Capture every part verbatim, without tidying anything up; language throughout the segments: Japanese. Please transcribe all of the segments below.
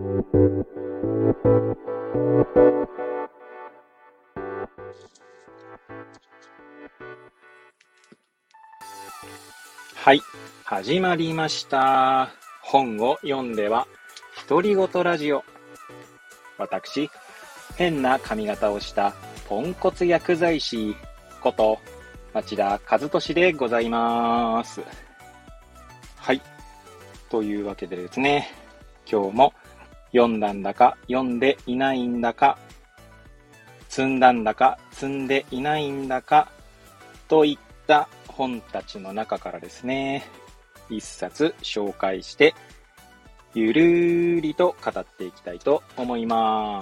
はい、始まりました。本を読んでは独り言ラジオ。私、変な髪型をしたポンコツ薬剤師こと町田和俊でございます。はい、というわけでですね、今日も読んだんだか読んでいないんだか、積んだんだか積んでいないんだかといった本たちの中からですね、一冊紹介してゆるーりと語っていきたいと思います。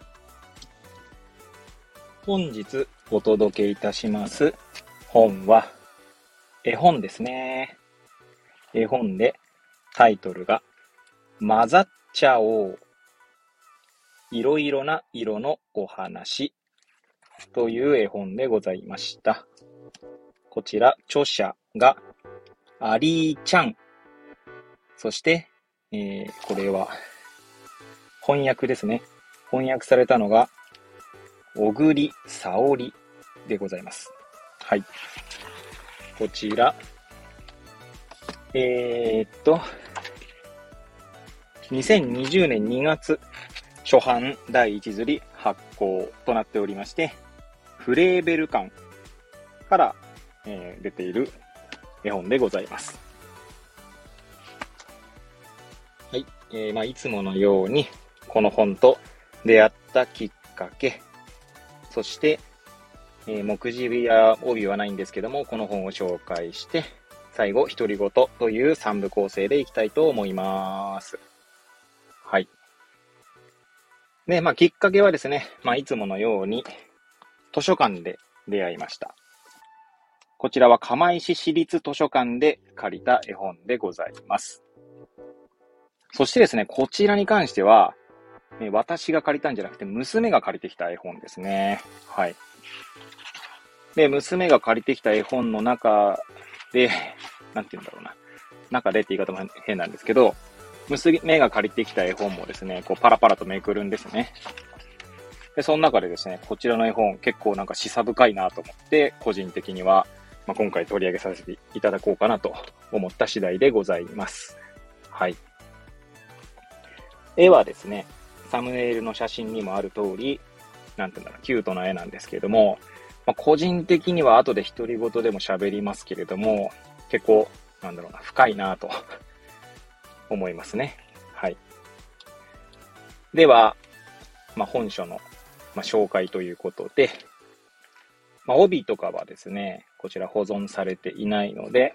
本日お届けいたします本は絵本ですね。絵本でタイトルが混ざっちゃおう、いろいろな色のお話という絵本でございました。こちら著者がアリーちゃん、そして、えー、これは翻訳ですね。翻訳されたのが小栗沙織でございます。はい。こちら、えー、っと、にせんにじゅうねんにがつ初版だいいち刷り発行となっておりまして、フレーベル館から、えー、出ている絵本でございます。はい。えー、まあ、いつものように、この本と出会ったきっかけ、そして、えー、目次や帯はないんですけども、この本を紹介して、最後、独り言というさん部構成でいきたいと思います。はい。で、まあ、きっかけはですね、まあ、いつものように、図書館で出会いました。こちらは釜石市立図書館で借りた絵本でございます。そしてですね、こちらに関しては、私が借りたんじゃなくて、娘が借りてきた絵本ですね。はい。で、娘が借りてきた絵本の中で、なんて言うんだろうな。中でって言い方も変なんですけど、娘が借りてきた絵本もですね、こうパラパラとめくるんですね。で、その中でですね、こちらの絵本結構なんか示唆深いなと思って、個人的には、まあ、今回取り上げさせていただこうかなと思った次第でございます。はい。絵はですね、サムネイルの写真にもある通り、なんていうんだろう、キュートな絵なんですけれども、まあ、個人的には後で独り言でも喋りますけれども、結構、なんだろうな、深いなと思いますね。はい。では、まあ、本書の、まあ、紹介ということで、まあ、帯とかはですね、こちら保存されていないので、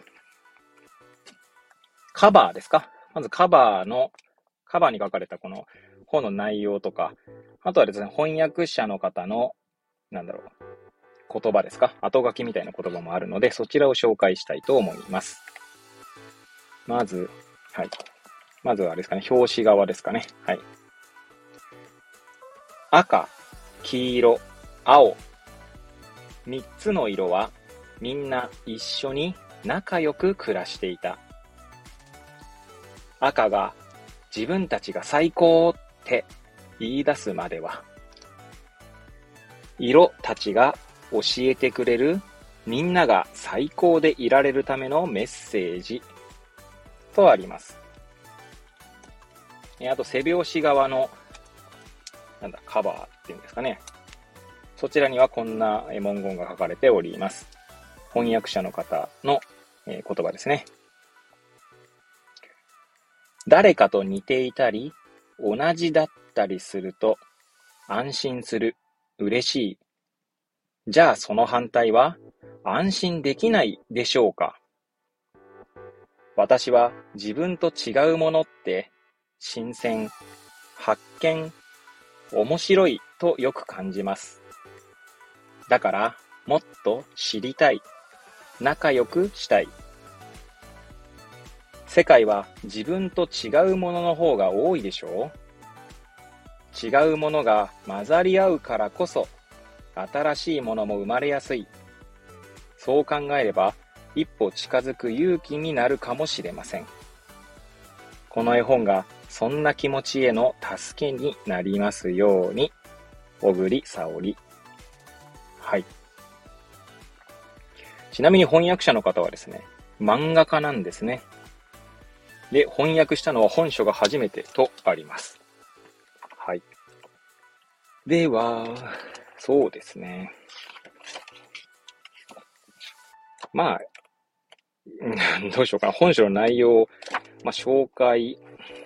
カバーですか？まずカバーの、カバーに書かれたこの本の内容とか、あとはですね、翻訳者の方の、なんだろう、言葉ですか？後書きみたいな言葉もあるので、そちらを紹介したいと思います。まず、はい。まずはあれですかね、表紙側ですかね。はい。赤、黄色、青。三つの色はみんな一緒に仲良く暮らしていた。赤が自分たちが最高って言い出すまでは、色たちが教えてくれるみんなが最高でいられるためのメッセージとあります。あと背表紙側のなんだカバーっていうんですかね。そちらにはこんな文言が書かれております。翻訳者の方の言葉ですね。誰かと似ていたり、同じだったりすると安心する、嬉しい。じゃあその反対は安心できないでしょうか。私は自分と違うものって新鮮、発見、面白いとよく感じます。だからもっと知りたい、仲良くしたい。世界は自分と違うものの方が多いでしょう？違うものが混ざり合うからこそ新しいものも生まれやすい。そう考えれば一歩近づく勇気になるかもしれません。この絵本がそんな気持ちへの助けになりますように。小栗沙織。はい。ちなみに翻訳者の方はですね、漫画家なんですね。で、翻訳したのは本書が初めてとあります。はい。では、そうですね。まあ、どうしようかな。本書の内容を、まあ、紹介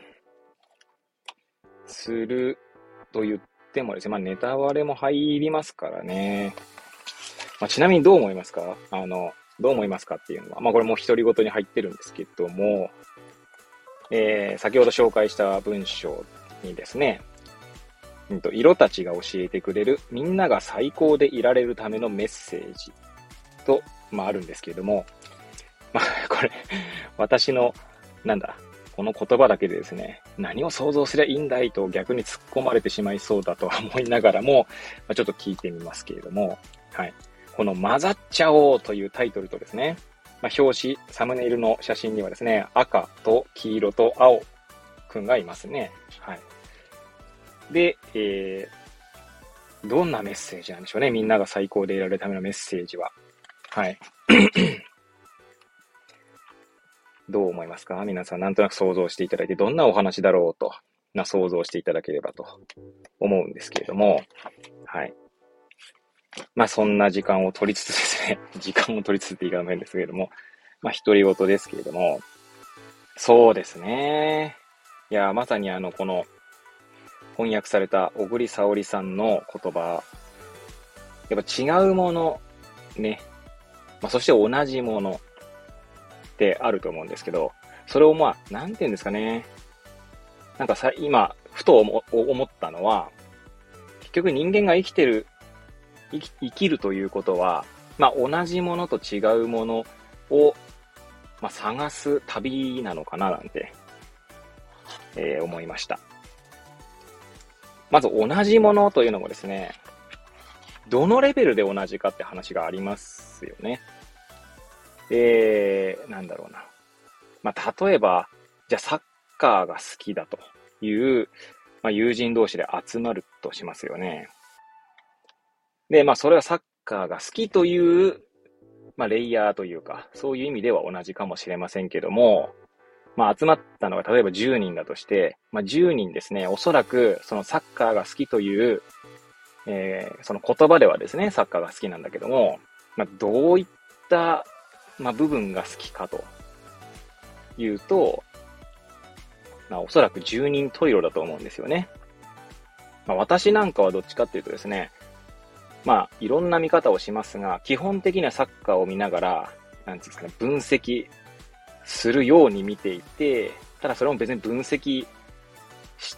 すると言ってもですね、まあ、ネタバレも入りますからね。まあ、ちなみにどう思いますか？あの、どう思いますかっていうのは、まあ、これも独り言に入ってるんですけども、えー、先ほど紹介した文章にですね、うんと、色たちが教えてくれるみんなが最高でいられるためのメッセージと、まあ、あるんですけれども、まあ、これ、私の、なんだ、この言葉だけでですね、何を想像すりゃいいんだいと逆に突っ込まれてしまいそうだとは思いながらも、まあ、ちょっと聞いてみますけれども、はい。この混ざっちゃおうというタイトルとですね、まあ、表紙、サムネイルの写真にはですね、赤と黄色と青くんがいますね。はい。で、えー、どんなメッセージなんでしょうね。みんなが最高でいられるためのメッセージは。はい。どう思いますか？皆さんなんとなく想像していただいて、どんなお話だろうと、な想像していただければと思うんですけれども、はい。まあそんな時間を取りつつですね、時間を取りつつって言い方も変ですけれども、まあ独り言ですけれども、そうですね。いや、まさにあの、この翻訳された小栗沙織さんの言葉、やっぱ違うもの、ね、まあそして同じものってあると思うんですけど、それをまあ、なんて言うんですかね。なんかさ、今、ふと思思ったのは、結局人間が生きてる、生き、生きるということは、まあ同じものと違うものを、まあ探す旅なのかななんて、えー、思いました。まず同じものというのもですね、どのレベルで同じかって話がありますよね。えー、なんだろうな。まあ例えば、じゃあサッカーが好きだという、まあ、友人同士で集まるとしますよね。で、まあ、それはサッカーが好きという、まあ、レイヤーというか、そういう意味では同じかもしれませんけども、まあ、集まったのが例えばじゅうにんだとして、まあ、じゅうにんですね、おそらく、そのサッカーが好きという、えー、その言葉ではですね、サッカーが好きなんだけども、まあ、どういった、まあ、部分が好きかというと、まあ、おそらくじゅうにん十色だと思うんですよね。まあ、私なんかはどっちかっていうとですね、まあ、いろんな見方をしますが、基本的にはサッカーを見ながら、なんていうんですかね、分析するように見ていて、ただそれも別に分析して、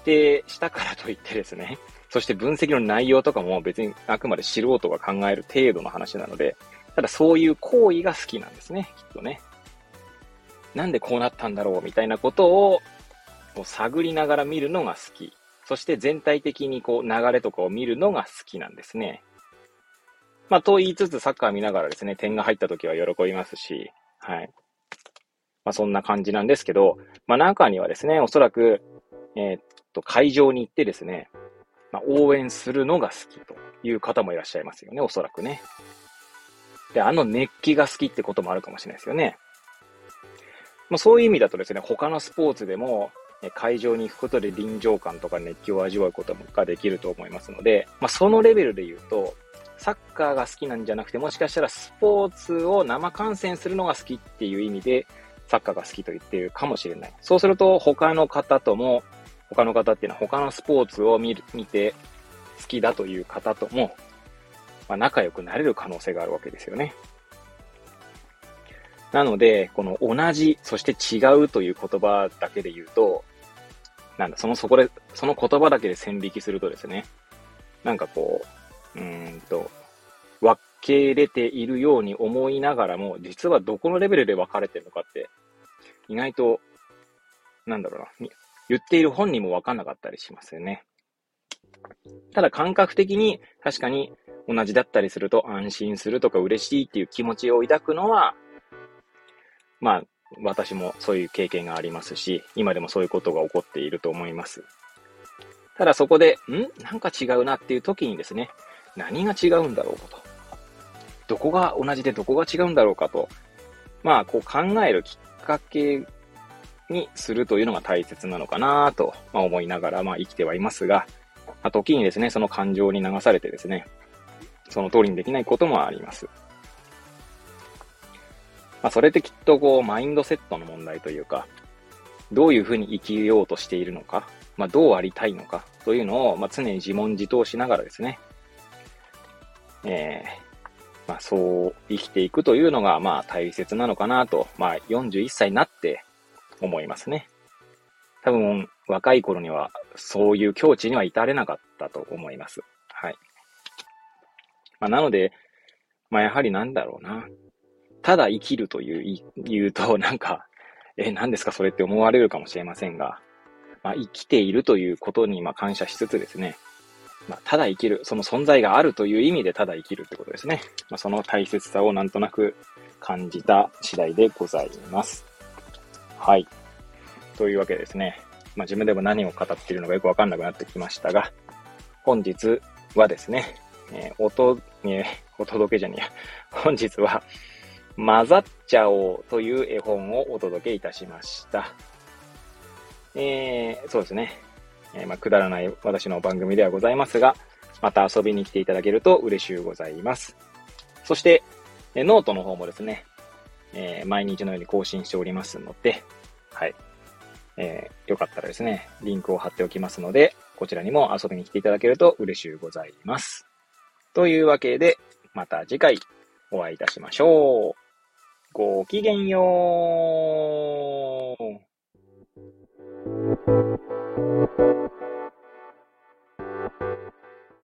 したからといってですね、そして分析の内容とかも別にあくまで素人が考える程度の話なので、ただそういう行為が好きなんですね、きっとね。なんでこうなったんだろうみたいなことを探りながら見るのが好き。そして全体的にこう流れとかを見るのが好きなんですね。まあ、と言いつつサッカー見ながらですね、点が入った時は喜びますし、はい。まあ、そんな感じなんですけど、まあ、中にはですね、おそらく、えー、っと、会場に行ってですね、まあ、応援するのが好きという方もいらっしゃいますよね、おそらくね。で、あの熱気が好きってこともあるかもしれないですよね。まあ、そういう意味だとですね、他のスポーツでも、会場に行くことで臨場感とか熱気を味わうことができると思いますので、まあ、そのレベルで言うと、サッカーが好きなんじゃなくて、もしかしたらスポーツを生観戦するのが好きっていう意味で、サッカーが好きと言っているかもしれない。そうすると、他の方とも、他の方っていうのは他のスポーツを見る、見て好きだという方とも、まあ、仲良くなれる可能性があるわけですよね。なので、この同じ、そして違うという言葉だけで言うと、なんだ、そのそこで、その言葉だけで線引きするとですね、なんかこう、うーんと、分けれているように思いながらも、実はどこのレベルで分かれてるのかって、意外と、なんだろうな、言っている本人も分かんなかったりしますよね。ただ感覚的に確かに同じだったりすると安心するとか嬉しいっていう気持ちを抱くのは、まあ、 私もそういう経験がありますし、今でもそういうことが起こっていると思います。ただそこで、んなんか違うなっていう時にですね、何が違うんだろうかと。どこが同じでどこが違うんだろうかと。まあ、こう考えるきっかけにするというのが大切なのかなと、まあ、思いながら、まあ、生きてはいますが、まあ、時にですね、その感情に流されてですね、その通りにできないこともあります。まあ、それってきっとこう、マインドセットの問題というか、どういうふうに生きようとしているのか、まあ、どうありたいのかというのを、まあ、常に自問自答しながらですね、えーまあ、そう生きていくというのが、まあ、大切なのかなと、まあ、よんじゅういっさいになって思いますね。多分、若い頃には、そういう境地には至れなかったと思います。はい。まあ、なので、まあ、やはりなんだろうな。ただ生きるという、言うと、なんか、え、何ですかそれって思われるかもしれませんが、まあ、生きているということに、まあ、感謝しつつですね、まあ、ただ生きる、その存在があるという意味でただ生きるってことですね。まあ、その大切さをなんとなく感じた次第でございます。はい。というわけですね。まあ、自分でも何を語っているのかよくわかんなくなってきましたが、本日はですね、えー、おと、えー、お届けじゃねえや。本日は、混ざっちゃおうという絵本をお届けいたしました。えー、そうですね。えー、まあ、くだらない私の番組ではございますが、また遊びに来ていただけると嬉しゅうございます。そして、えー、ノートの方もですね、えー、毎日のように更新しておりますので、はい。えー、よかったらですね、リンクを貼っておきますので、こちらにも遊びに来ていただけると嬉しゅうございます。というわけで、また次回お会いいたしましょう。ごきげんよう。